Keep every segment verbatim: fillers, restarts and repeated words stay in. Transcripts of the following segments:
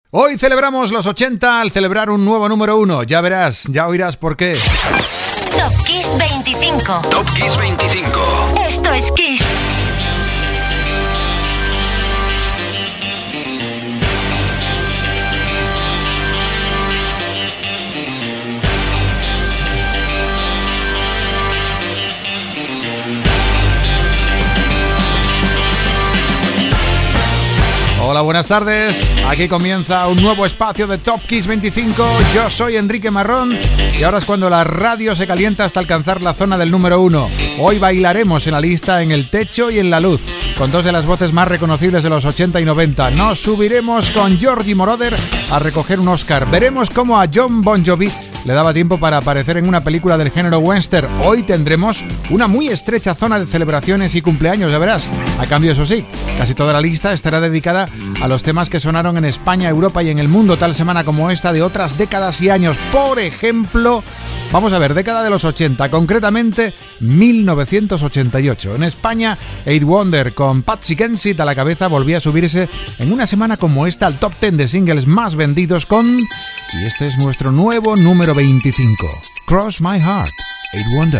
Hoy celebramos los ochenta al celebrar un nuevo número uno. Ya verás, ya oirás por qué. Top Kiss veinticinco. Top Kiss veinticinco. Esto es Kiss. Hola, buenas tardes. Aquí comienza un nuevo espacio de Top Kiss veinticinco. Yo soy Enrique Marrón y ahora es cuando la radio se calienta hasta alcanzar la zona del número uno. Hoy bailaremos en la lista En el techo y En la luz, con dos de las voces más reconocibles de los ochenta y noventa. Nos subiremos con Georgie Moroder a recoger un Oscar. Veremos cómo a Jon Bon Jovi le daba tiempo para aparecer en una película del género western. Hoy tendremos una muy estrecha zona de celebraciones y cumpleaños, ya verás. A cambio, eso sí, casi toda la lista estará dedicada a los temas que sonaron en España, Europa y en el mundo tal semana como esta de otras décadas y años. Por ejemplo, vamos a ver, década de los ochenta, concretamente mil novecientos ochenta y ocho. En España, Eight Wonder con Patsy Kensit a la cabeza volvía a subirse en una semana como esta al top diez de singles más vendidos con... Y este es nuestro nuevo número veinticinco. Cross My Heart, Eight Wonder.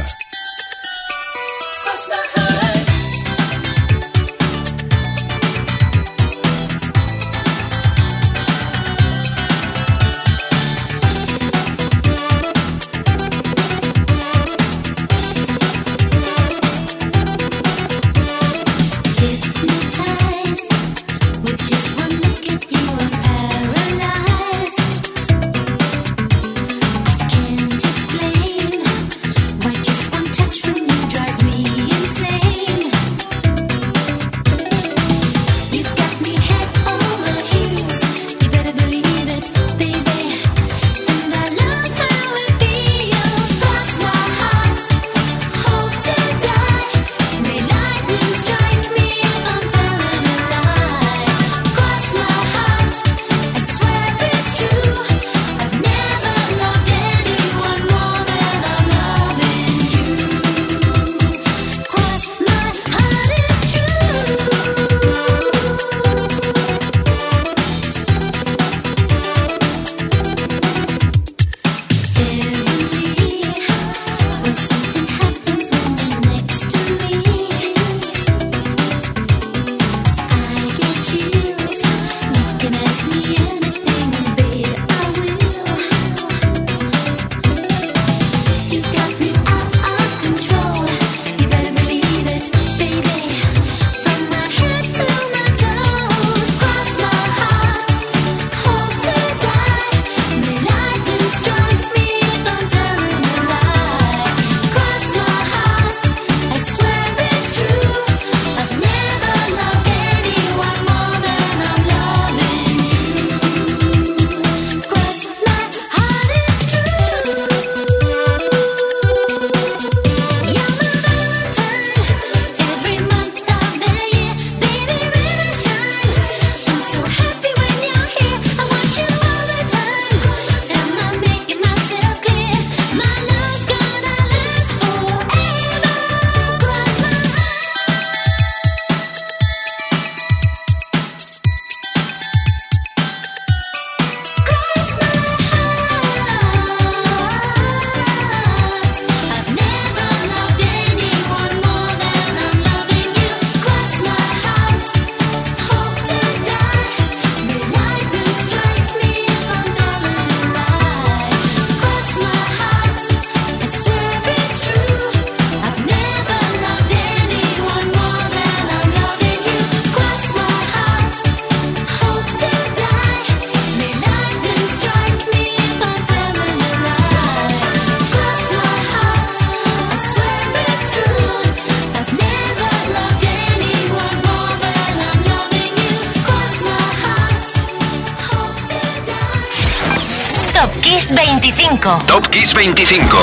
Kiss veinticinco. Top Kiss veinticinco.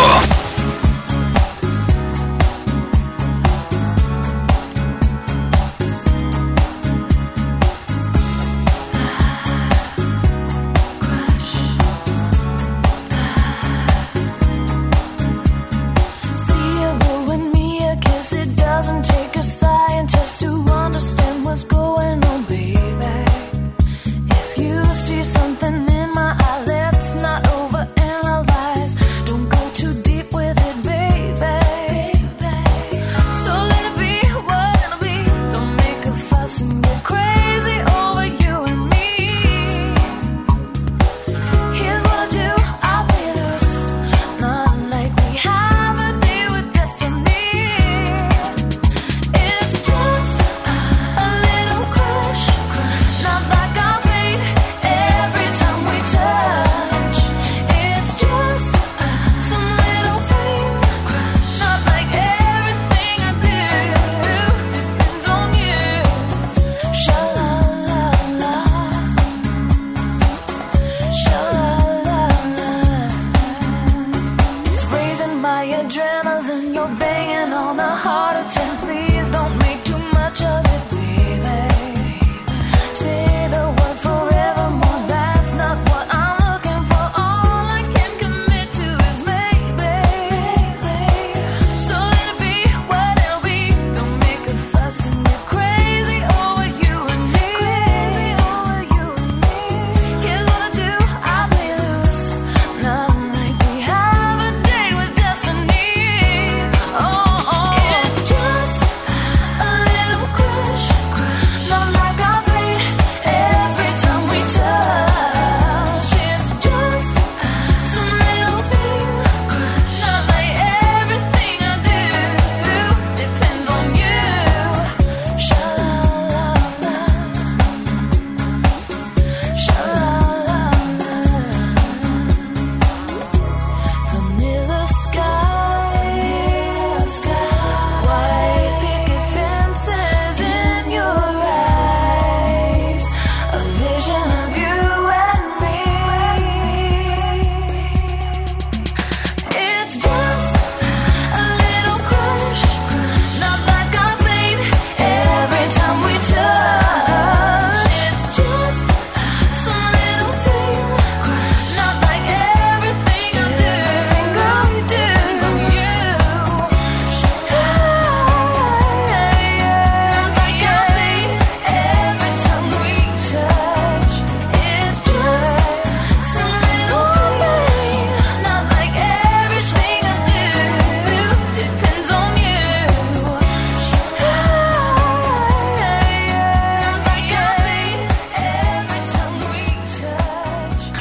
Something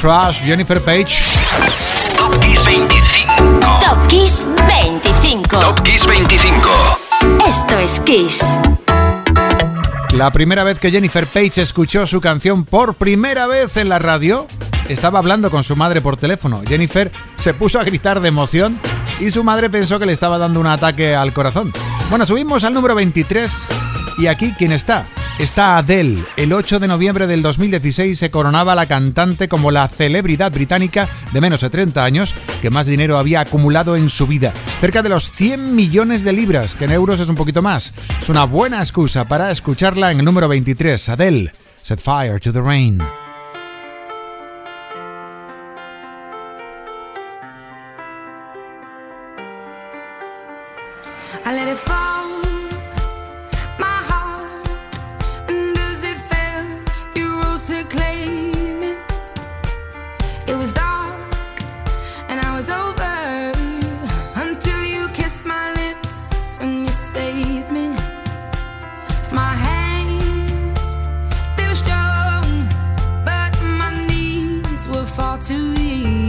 Crush, Jennifer Page. Top Kiss veinticinco. Top Kiss veinticinco. Top Kiss veinticinco. Esto es Kiss. La primera vez que Jennifer Page escuchó su canción por primera vez en la radio, estaba hablando con su madre por teléfono. Jennifer se puso a gritar de emoción y su madre pensó que le estaba dando un ataque al corazón. Bueno, subimos al número veintitrés y aquí, ¿quién está? Está Adele. El ocho de noviembre del dos mil dieciséis se coronaba la cantante como la celebridad británica de menos de treinta años que más dinero había acumulado en su vida. Cerca de los cien millones de libras, que en euros es un poquito más. Es una buena excusa para escucharla en el número veintitrés. Adele, Set Fire to the Rain. I let it fall, my heart, and as it fell, you rose to claim it. It was dark, and I was over, until you kissed my lips, and you saved me. My hands, they were strong, but my knees were far too weak.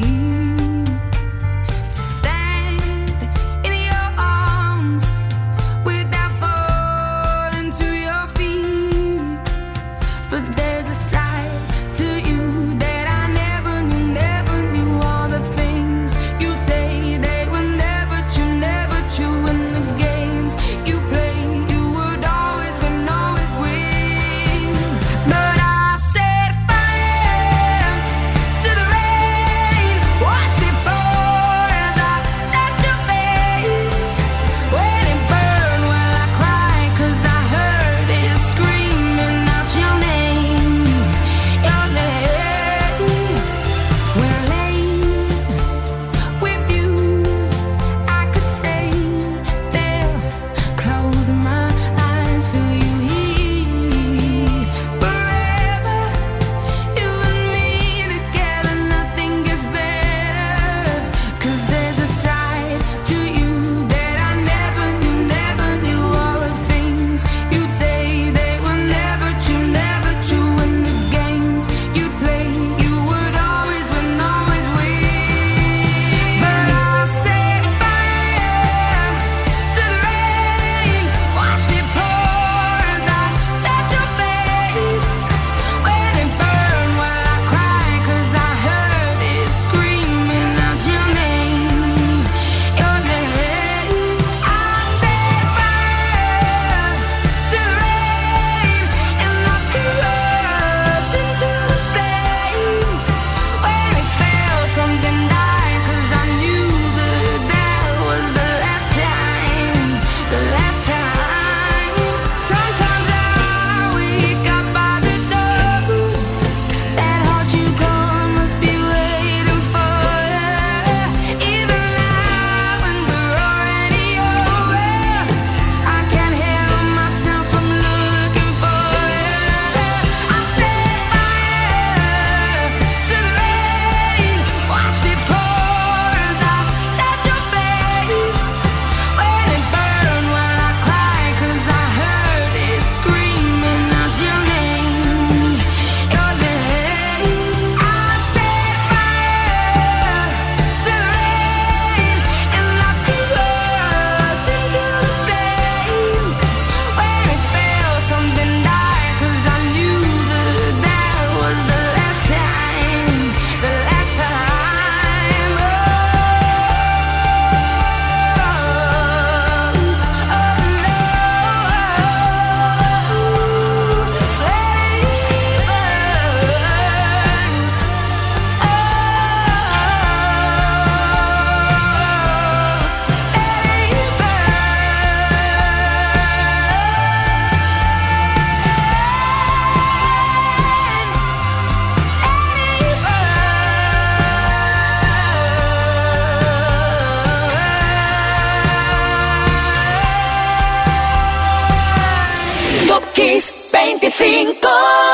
Kiss veinticinco.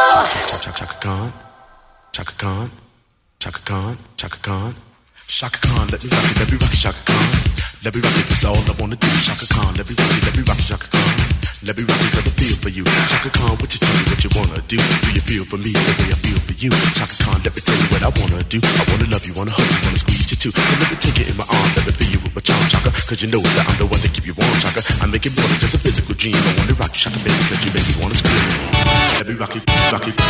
Chaka Khan, Chaka Khan, Chaka Khan, Chaka Khan, Chaka Khan, let me rock it, let me rock it, Chaka Khan, let me rock it, that's all I wanna do, Chaka Khan, let me rock it, let me rock it, Chaka Khan, Let me rock you, got the feel for you. Chaka Khan, what you tell me what you wanna do? Do you feel for me the way I feel for you? Chaka Khan, let me tell you what I wanna do. I wanna love you, wanna hug you, wanna squeeze you too. And let me take it in my arms, let me feel you with my charm, Chaka. Cause you know that I'm the one to keep you warm, Chaka. I make it more than just a physical dream. I wanna rock you, Chaka, baby, cause you make me wanna scream. Let me rock you, rock you.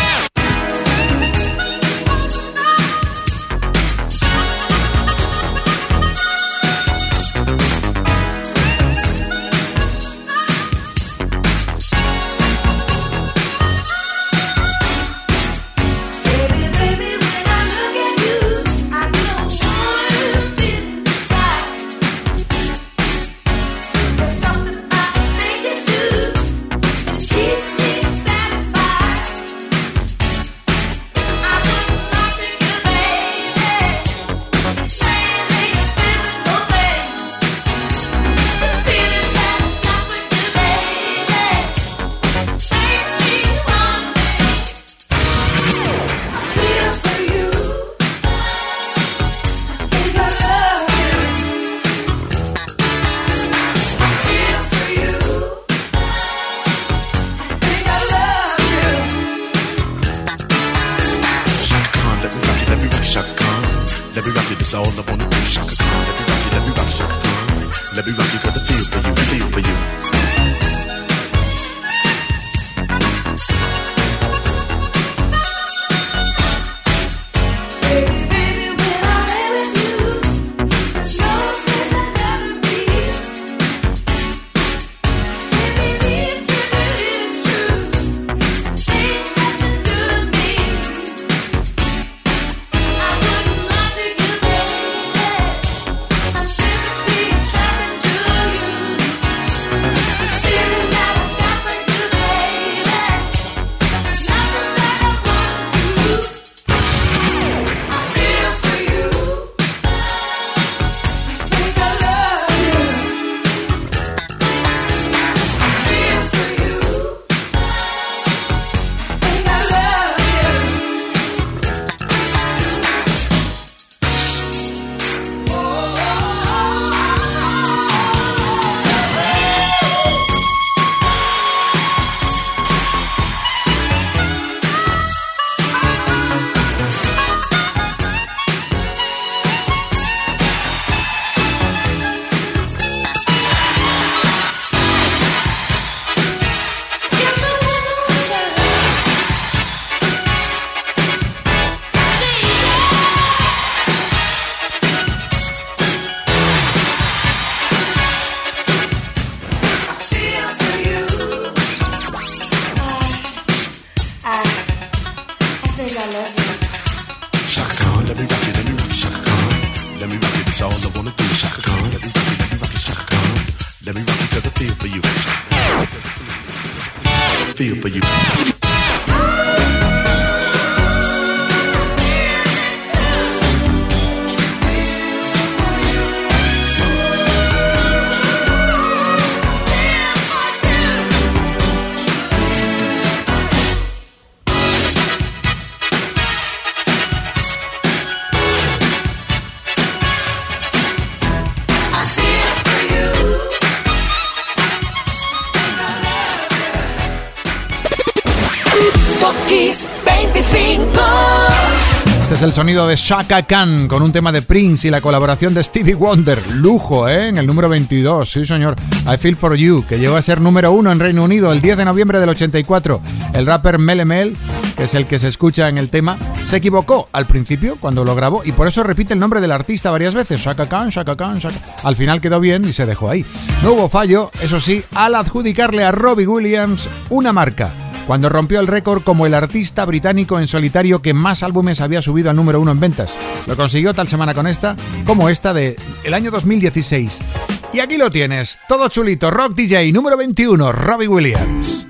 El sonido de Chaka Khan con un tema de Prince y la colaboración de Stevie Wonder. Lujo, ¿eh? En el número veintidós, sí señor. I Feel For You, que llegó a ser número uno en Reino Unido el diez de noviembre del ochenta y cuatro. El rapper Melle Mel, que es el que se escucha en el tema, se equivocó al principio cuando lo grabó y por eso repite el nombre del artista varias veces. Chaka Khan, Chaka Khan, Chaka. Al final quedó bien y se dejó ahí. No hubo fallo, eso sí, al adjudicarle a Robbie Williams una marca, cuando rompió el récord como el artista británico en solitario que más álbumes había subido al número uno en ventas. Lo consiguió tal semana con esta, como esta de el año dos mil dieciséis. Y aquí lo tienes, todo chulito, Rock D J número veintiuno, Robbie Williams.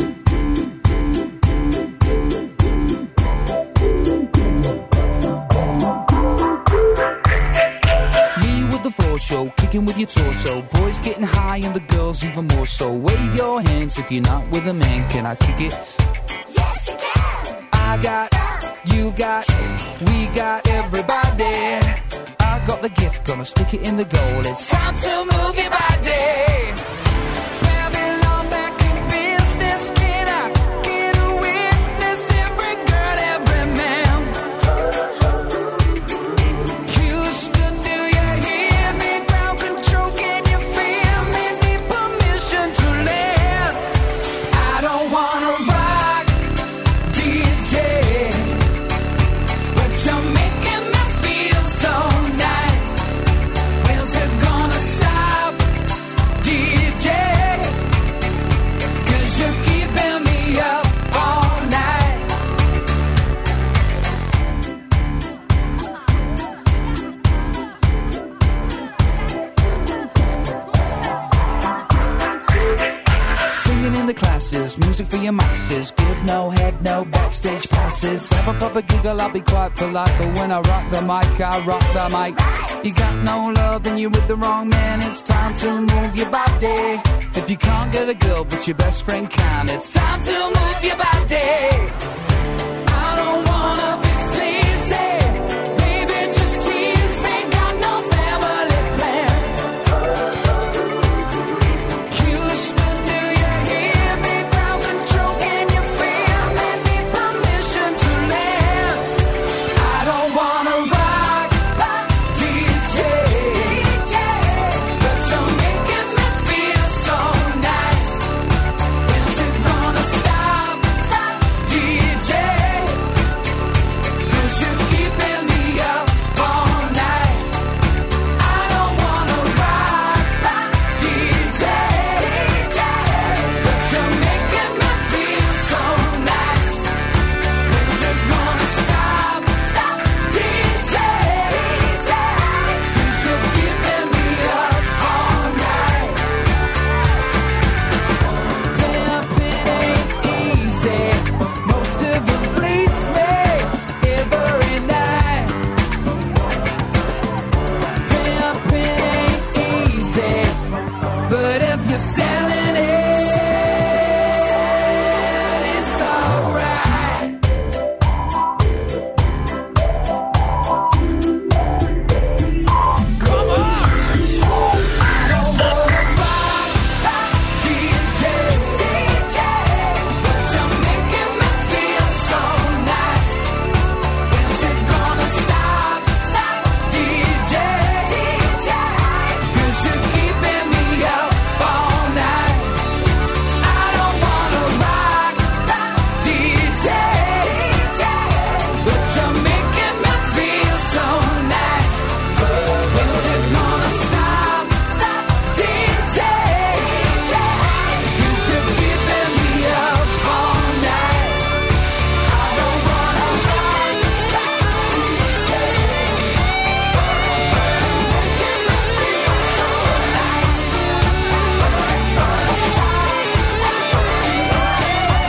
Show, kicking with your torso. Boys getting high and the girls even more so. Wave your hands if you're not with a man. Can I kick it? Yes, you can. I got, you got, we got everybody. I got the gift, gonna stick it in the goal. It's time to move your body. Babylon back witness? Can I get a witness? Every girl, every man. Houston, do you hear me? Ground control, can you feel me? Need permission to land. I don't wanna rock, D J, but you're making me feel so nice. When's it gonna stop, D J? 'Cause you're keeping me up all night. Singing in the classes, music for your masses. Give no head, no backstage passes. Have a proper giggle, I'll be quite polite. But when I rock the mic, I rock the mic. You got no love, then you're with the wrong man. It's time to move your body. If you can't get a girl, but your best friend can, it's time to move your body. I don't wanna be sleazy. Baby, just tease me. Got no family plan. Houston, do you hear me? Ground control, can you feel me? Need permission to land. I don't wanna rock, D J, but you're making me feel so nice. When's it gonna stop, D J? 'Cause you're keeping me up all night. I don't wanna rock, D J, but you're making me feel so nice. When's it gonna stop, D J? 'Cause you're keeping me up all night. Pimping ain't easy. Most of you fleece me every night. Pimping ain't easy, but if you're selling it, it's alright. Come on! I don't wanna rock, D J, but you're making me feel so nice. When's it gonna stop, D J? 'Cause you're keeping me up all night. I don't wanna rock, D J, but you're making me feel so nice. When's it gonna stop, D J? 'Cause you're keeping me up all night. I don't wanna rock, D J, but you're making me feel so nice. When's it gonna stop, D J?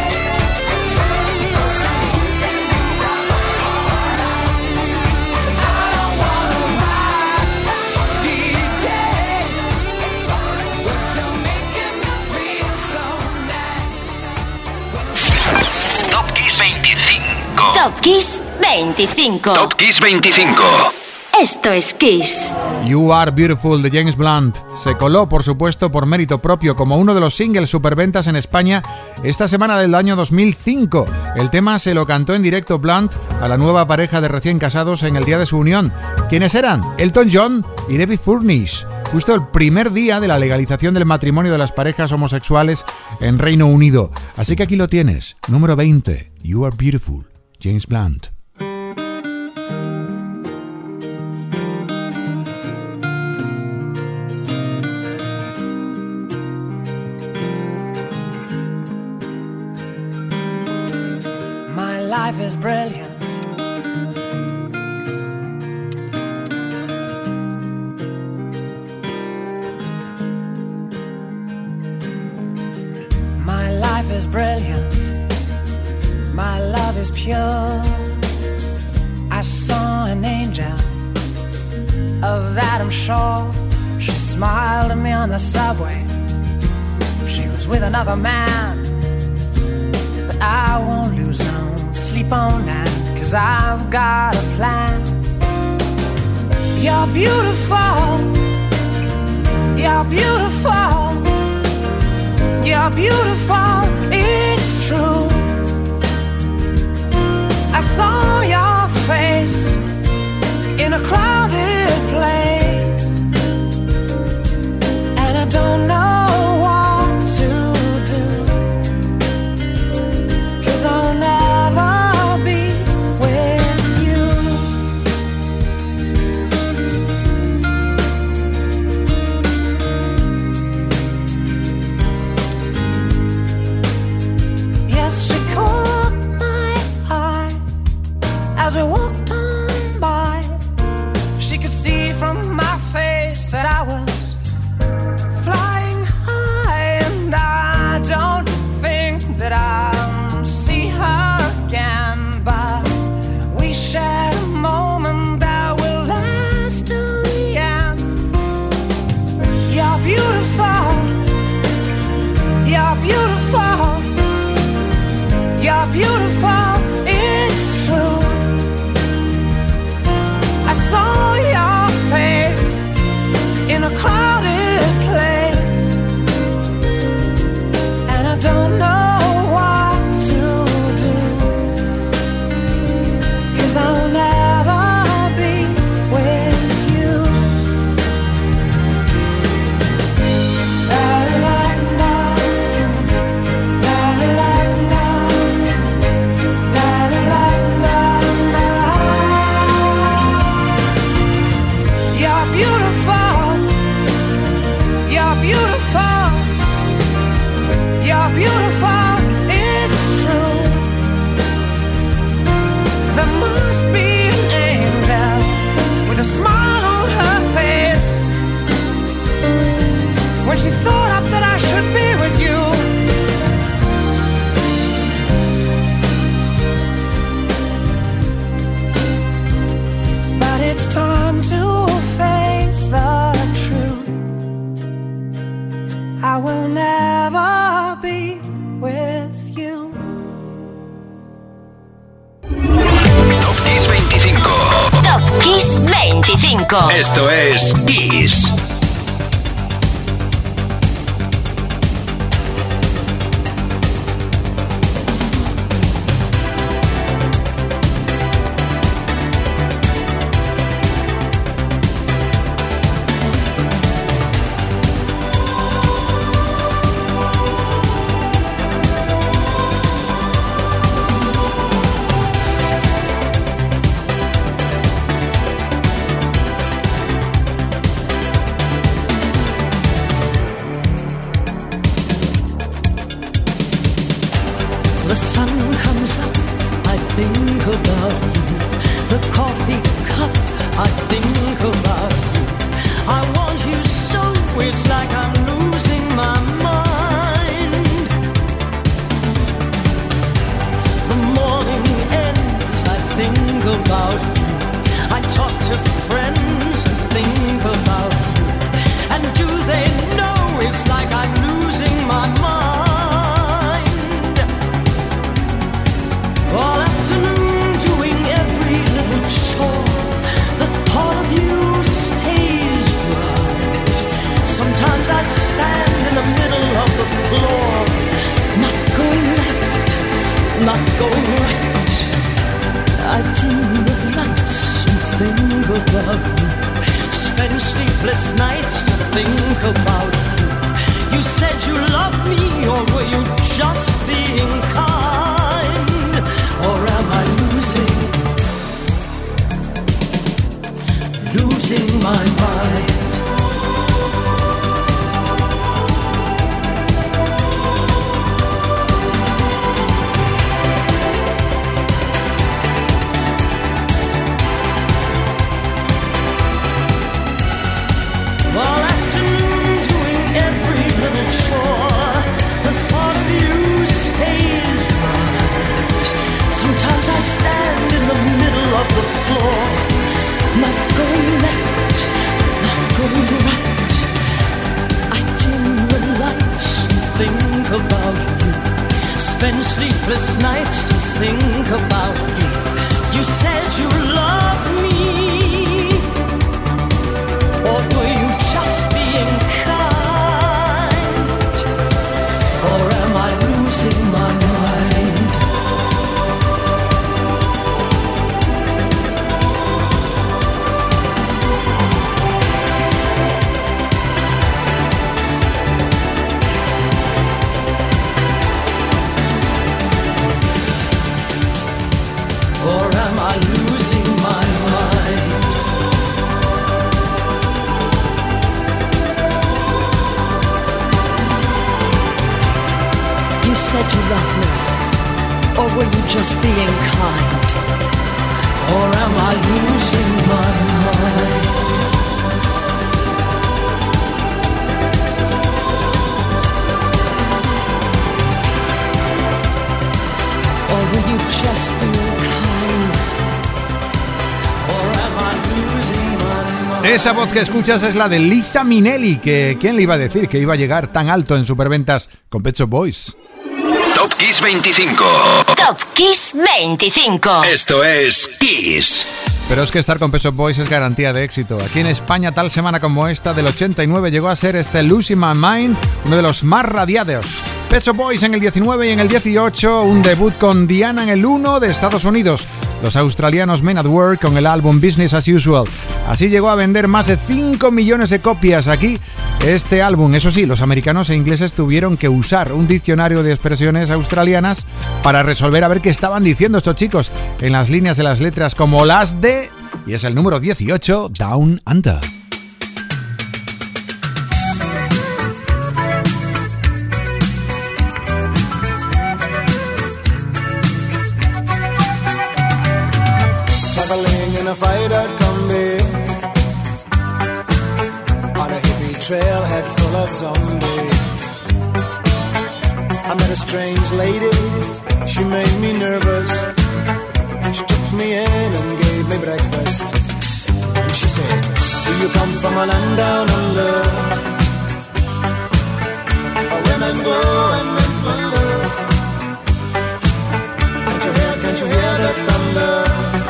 'Cause you're keeping me up all night. I don't wanna rock, D J, but you're making me feel so nice. Top Kiss veinticinco. Top Kiss veinticinco. Top Kiss veinticinco. Esto es Kiss. You Are Beautiful de James Blunt se coló, por supuesto, por mérito propio como uno de los singles superventas en España esta semana del año dos mil cinco. El tema se lo cantó en directo Blunt a la nueva pareja de recién casados en el día de su unión. ¿Quiénes eran? Elton John y David Furnish. Justo el primer día de la legalización del matrimonio de las parejas homosexuales en Reino Unido. Así que aquí lo tienes, número veinte, You Are Beautiful, James Blunt. My life is brilliant. My life is brilliant. My love is pure. I saw an angel, of that I'm sure. She smiled at me on the subway. She was with another man, but I won't lose no sleep on that, 'cause I've got a plan. You're beautiful. You're beautiful. You're beautiful. true. I saw your face in a crowded place, and I don't know what to do, 'cause I'll never be with you. Yes, she caught my eye as we walked on by. She could see from my face that I was flying high, and I don't think that I'll see her again, but we shared a moment that will last till the end. You're beautiful, you're beautiful, you're beautiful, it's true. I saw your face in a crowded place, and I don't know what to do, 'cause I'll never be with you. La la la, la la la, la la la la. You're beautiful, you're beautiful, you're beautiful, it's true. There must be an angel with a smile on her face when she thought up that I should be with you. But it's time to face the truth. I will never be with you. Top Kiss veinticinco. Top Kiss veinticinco. Esto es Kiss. The sun comes up, I think about you. The coffee cup, I think about you. I want you so, it's like I'm losing my mind. The morning ends, I think about you. I talk to friends and think about you. And do they know it's like I'm losing my mind? All afternoon doing every little chore, the thought of you stays right. Sometimes I stand in the middle of the floor, not going left, not going right. I dim the lights and think about you. Spend sleepless nights to think about you. You said you loved me, or were you just being kind? Or am I losing, losing my mind? All afternoon doing every little chore, the thought of you stays right. Sometimes I stand in the middle of the floor, not going left, not going just being kind? Or am I losing my mind? Or will you just be kind? Or am I losing my mind? Esa voz que escuchas es la de Liza Minnelli, que ¿quién le iba a decir que iba a llegar tan alto en superventas con Pet Shop Boys? Top Kiss veinticinco. Top Kiss veinticinco. Esto es Kiss. Pero es que estar con Pet Shop Boys es garantía de éxito. Aquí en España, tal semana como esta del ochenta y nueve, llegó a ser este Losing My Mind uno de los más radiados. Pet Shop Boys en el diecinueve y en el dieciocho, un debut con Diana en el uno de Estados Unidos. Los australianos Men at Work con el álbum Business as Usual. Así llegó a vender más de cinco millones de copias aquí este álbum. Eso sí, los americanos e ingleses tuvieron que usar un diccionario de expresiones australianas para resolver a ver qué estaban diciendo estos chicos en las líneas de las letras, como las de... y es el número dieciocho, Down Under. Traveling in a freighter combi on a hippie trailhead full of zombies. I met a strange lady, she made me nervous. She took me in and gave me breakfast. And she said, do you come from a land down under, where women go and men wonder? Can't you hear, can't you hear the thunder?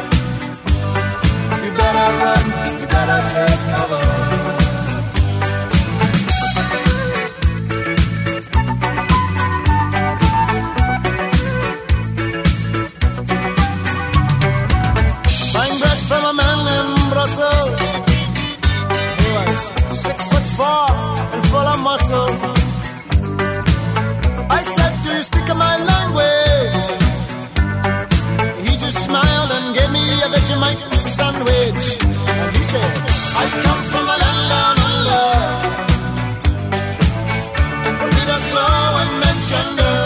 You better run, you better take cover. Six foot four and full of muscle. I said, do you speak my language? He just smiled and gave me a Vegemite sandwich. And he said, I come from a land down under, where leaders flow and men gender.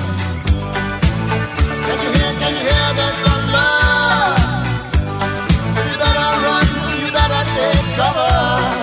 Can't you hear, can't you hear the thunder? You better run, you better take cover.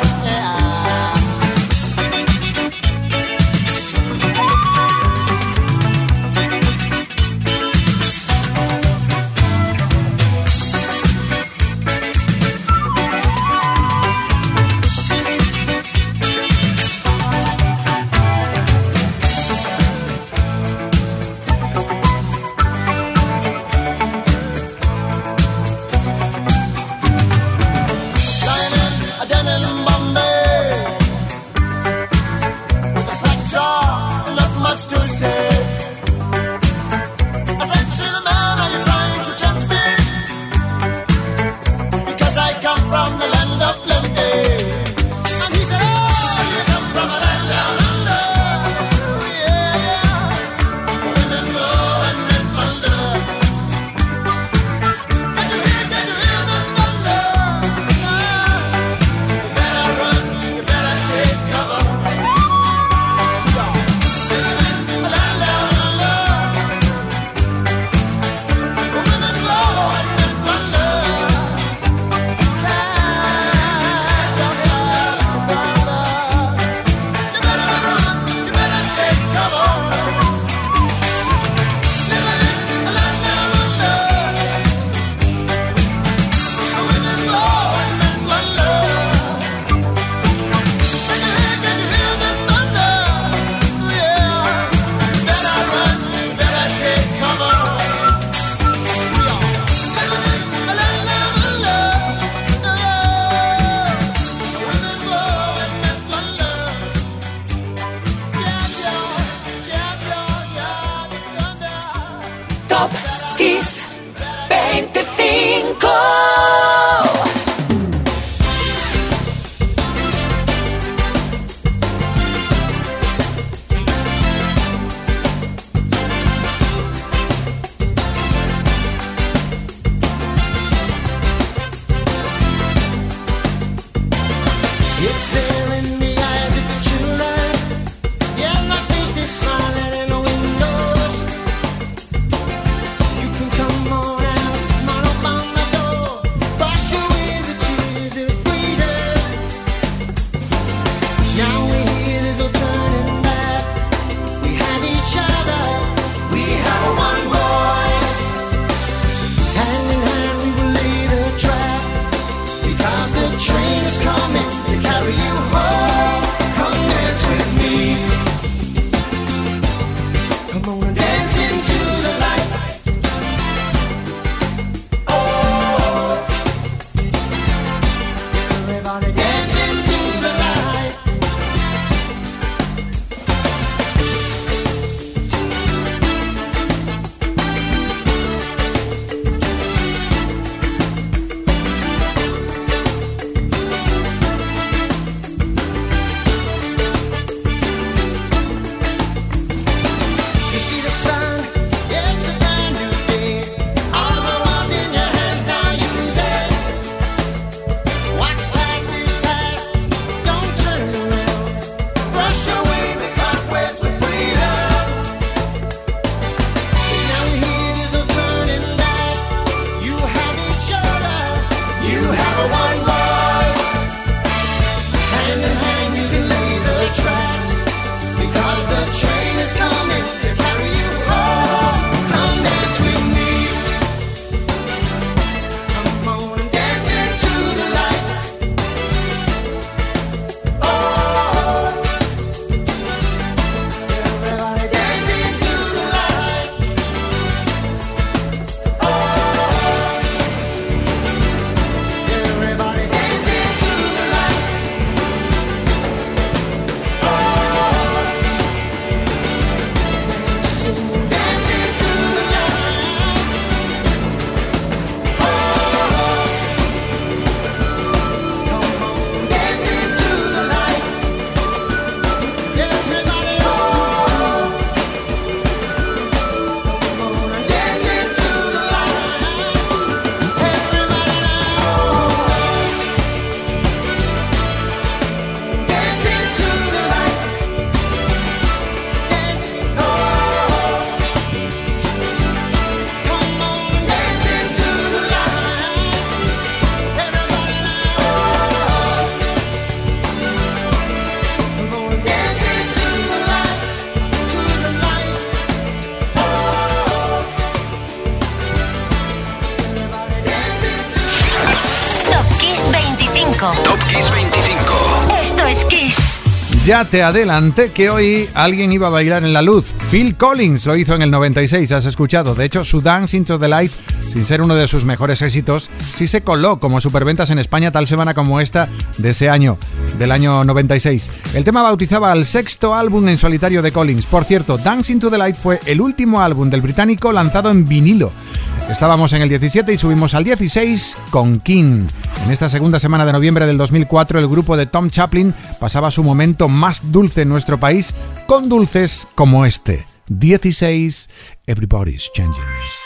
veinticinco. Top Kiss veinticinco. Esto es Kiss. Ya te adelanté que hoy alguien iba a bailar en la luz. Phil Collins lo hizo en el noventa y seis, has escuchado. De hecho, su Dance into the Light, sin ser uno de sus mejores éxitos, sí se coló como superventas en España tal semana como esta de ese año, del año noventa y seis. El tema bautizaba al sexto álbum en solitario de Collins. Por cierto, Dance into the Light fue el último álbum del británico lanzado en vinilo. Estábamos en el diecisiete y subimos al dieciséis con King. En esta segunda semana de noviembre del dos mil cuatro, el grupo de Tom Chaplin pasaba su momento más dulce en nuestro país con dulces como este. dieciséis, Everybody's Changing.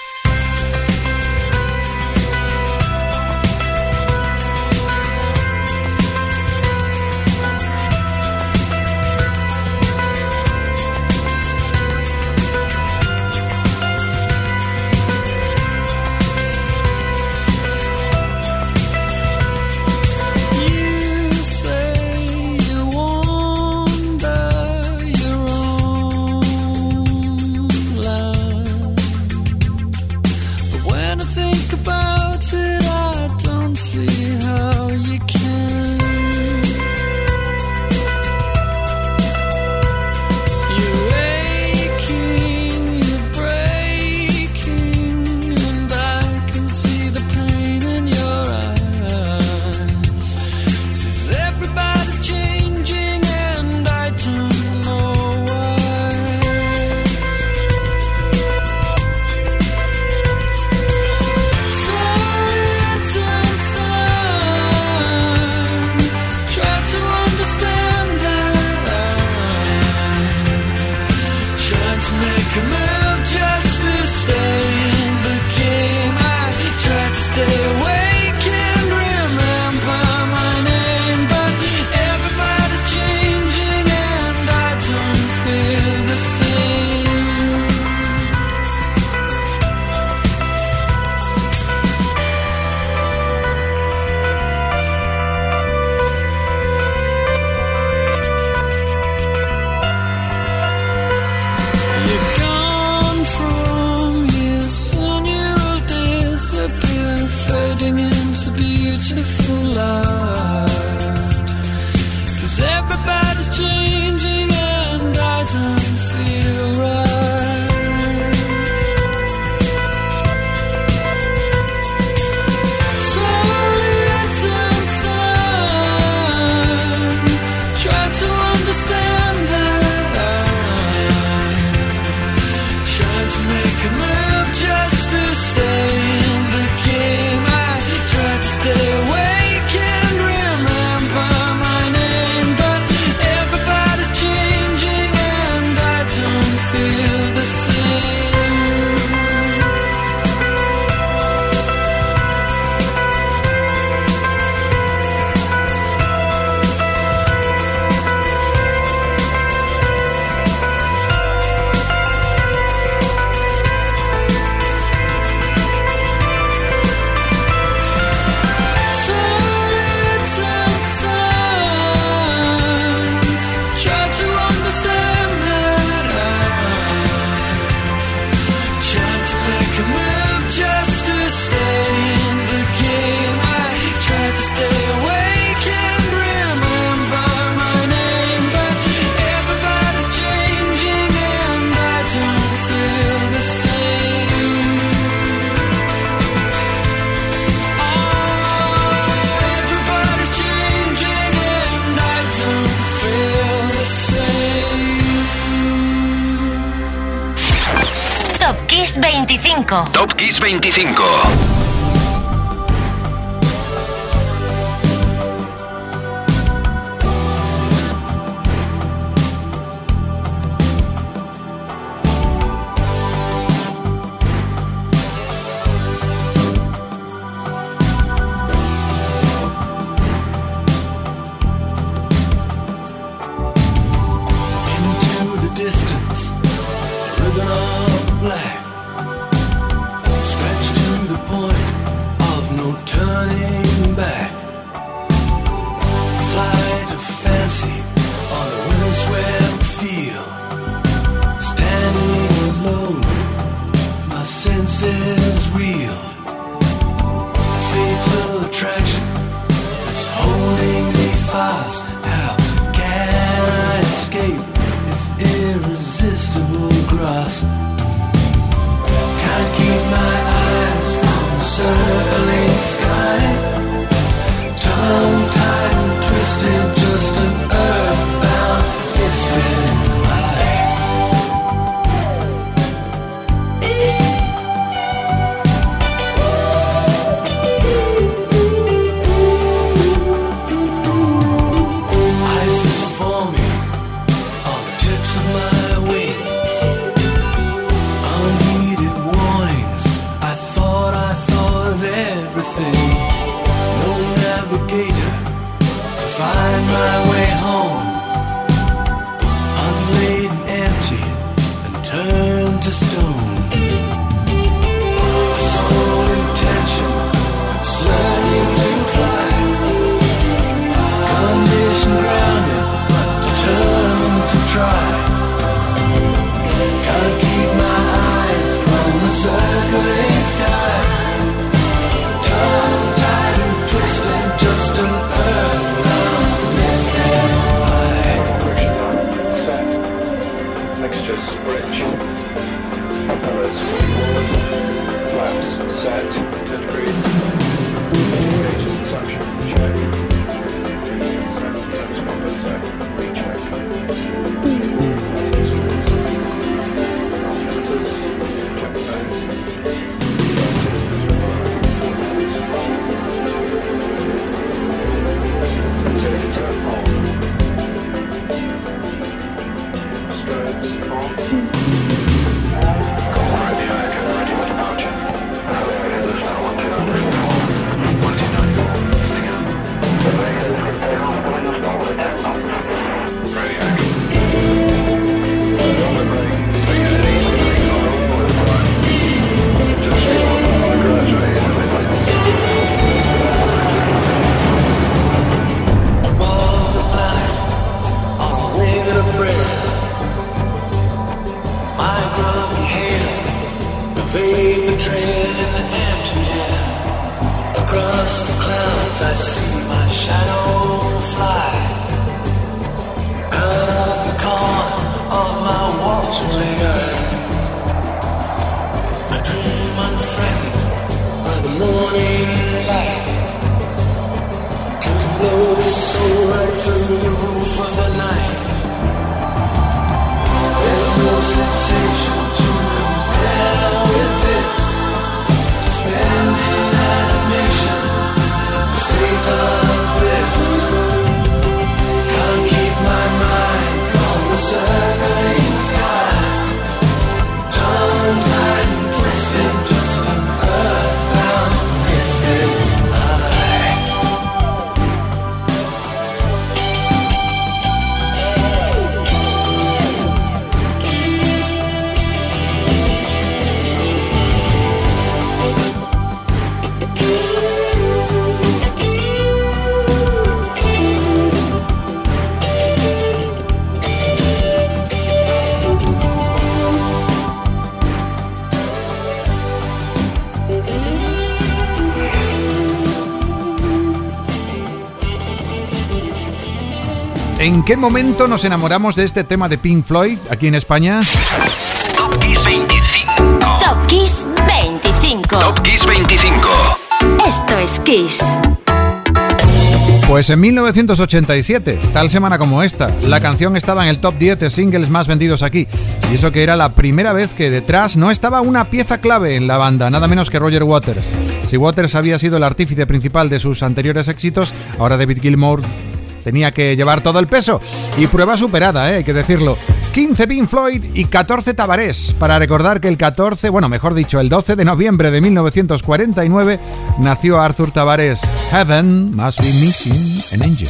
veinticinco. Top Kiss veinticinco. Stretched to the point vegetable grass. Can't keep my eyes from the circling sky. Tongue tied and twisted, just an earthbound distant eye. Ice is forming on the tips of my wings. Unheeded warnings, I thought I thought of everything. No navigator to find my way home. Unladen, empty, and turned to stone. A sole intention, it's learning to fly. Condition grounded, but determined to try. Can't keep my eyes from the circling skies. Tongue tied and twisted, just an earthbound distant eye. Set. Mixtures rich. Propellers forward. Flaps set. ten degrees. Gauges and suction. Check. Set. Transponder set. Recheck. Filters. Check that. Utility turn on. Strobes on. Call radio, get ready for departure. This now one two nine four. one two nine four. Listening out. Radio. Above the planet, on a wing of breath, my grubby halo, the vapor trail in the empty air. Across the clouds I see my shadow fly. Out of the corner of my watering eye, I dream unthreatened by the morning light. Could blow this soul right through the roof of the night. There's no sensation to compare with this. Suspended animation, state of bliss. Can't keep my mind from the circling sky. Tongue tied and twisted, just an earthbound distant eye. ¿En qué momento nos enamoramos de este tema de Pink Floyd aquí en España? Top Kiss veinticinco. Top Kiss veinticinco. Top Kiss veinticinco. Esto es Kiss. Pues en mil novecientos ochenta y siete, tal semana como esta, la canción estaba en el top diez de singles más vendidos aquí. Y eso que era la primera vez que detrás no estaba una pieza clave en la banda, nada menos que Roger Waters. Si Waters había sido el artífice principal de sus anteriores éxitos, ahora David Gilmour tenía que llevar todo el peso. Y prueba superada, ¿eh? Hay que decirlo. quince Pink Floyd y catorce Tavares, para recordar que el catorce, bueno, mejor dicho, el doce de noviembre de mil novecientos cuarenta y nueve nació Arthur Tavares. Heaven must be missing an angel.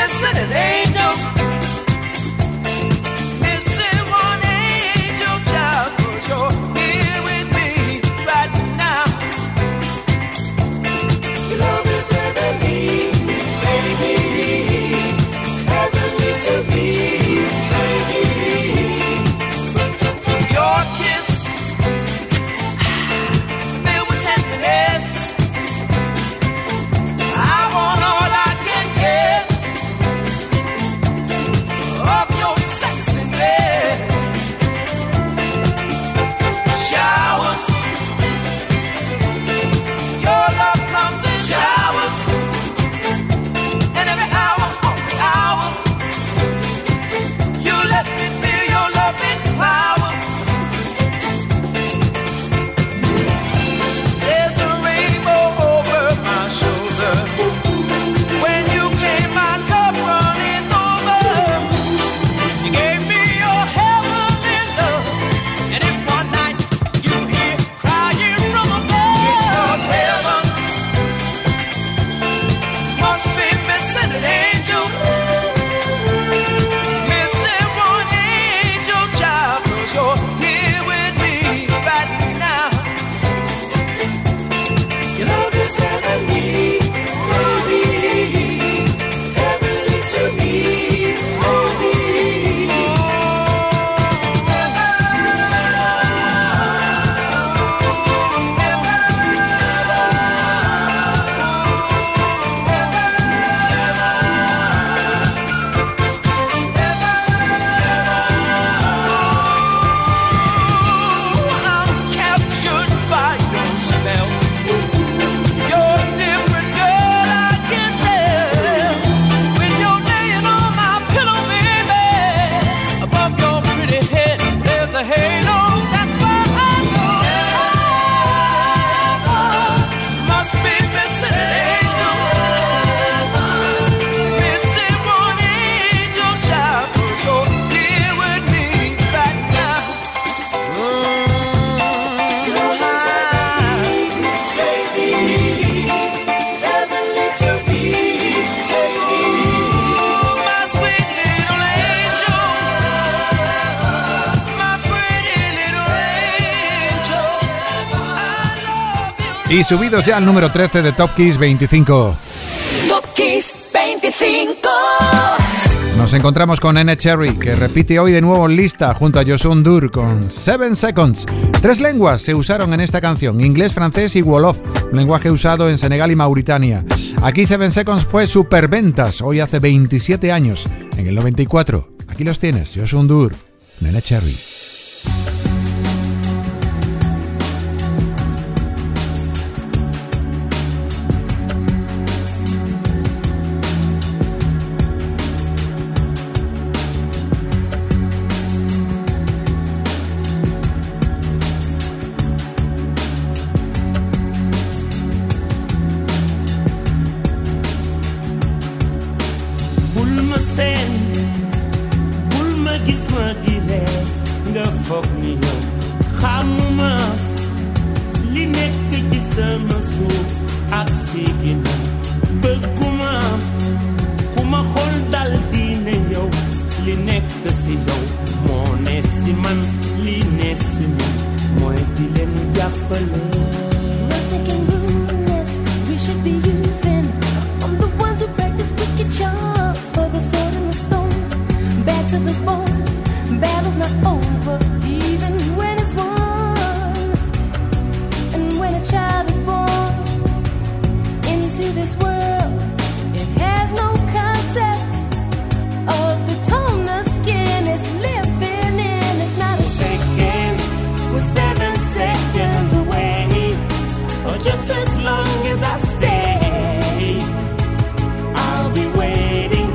missing an angel. Missing one angel child, 'cause you're here with me right now. Your love is heavenly, baby. Heavenly to me, baby. Your kiss filled with tenderness. I want all I can get of your sexiness. Showers, your love comes in showers, and every hour, every hour, you let me feel your loving power. There's a rainbow over my shoulder. When you came, my cup running over. You gave me your heavenly love, and if one night you hear crying from above, it's 'cause heaven must be missing an angel. Missing one angel child, 'cause you're here with me right now. Your love is heavenly, baby. Heavenly to me, baby. I'm captured by your spell. You're a different girl, I can tell. When you're laying on my pillow, baby, above your pretty head, there's a halo. That's why I know heaven must be missing an angel. Missing one angel child, 'cause you're here with me right now. Your heavenly, baby. Heavenly to me, baby. My sweet little angel. My pretty little angel. I love you. Y subidos ya al número trece de Top Kiss veinticinco. Top Kiss veinticinco. Nos encontramos con Nene Cherry, que repite hoy de nuevo en lista junto a Youssou N'Dour con Seven Seconds. Tres lenguas se usaron en esta canción: inglés, francés y wolof, un lenguaje usado en Senegal y Mauritania. Aquí Seven Seconds fue superventas, hoy hace veintisiete años, en el noventa y cuatro. Aquí los tienes, Youssou N'Dour, Nene Cherry. bul ma seen bul ma gis ma di ree nga foog ni yow xamuma li nekk ci sama suuf ak si ginnaaw bëgguma ku ma xool dal di ne yow li nekk si yow moo ne si man li ne si man mooy di leen jàppale. We should be using. I'm the ones who practice wicked charms for the sword and the stone. Bad to the bone. Battle's not over, even when it's won. And when a child is born into this world, it has no concept of the tone the skin is living in. It's not a second. We're seven seconds away, or just as long as I stay, I'll be waiting,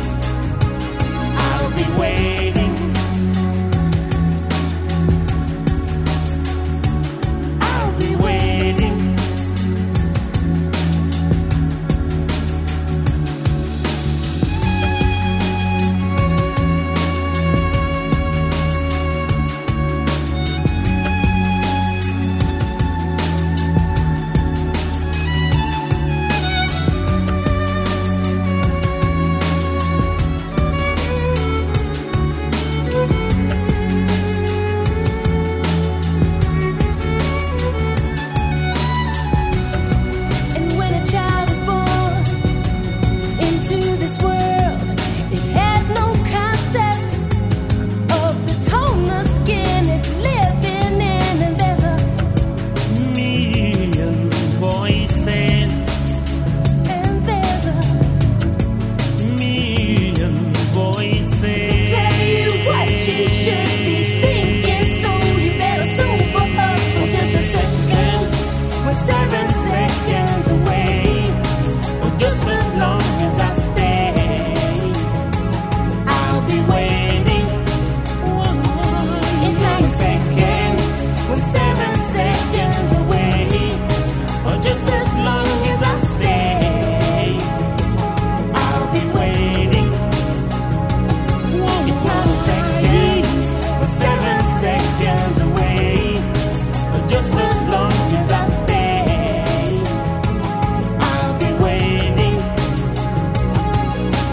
I'll be waiting, I'll be waiting.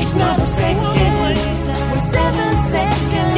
It's not a second, we're seven seconds.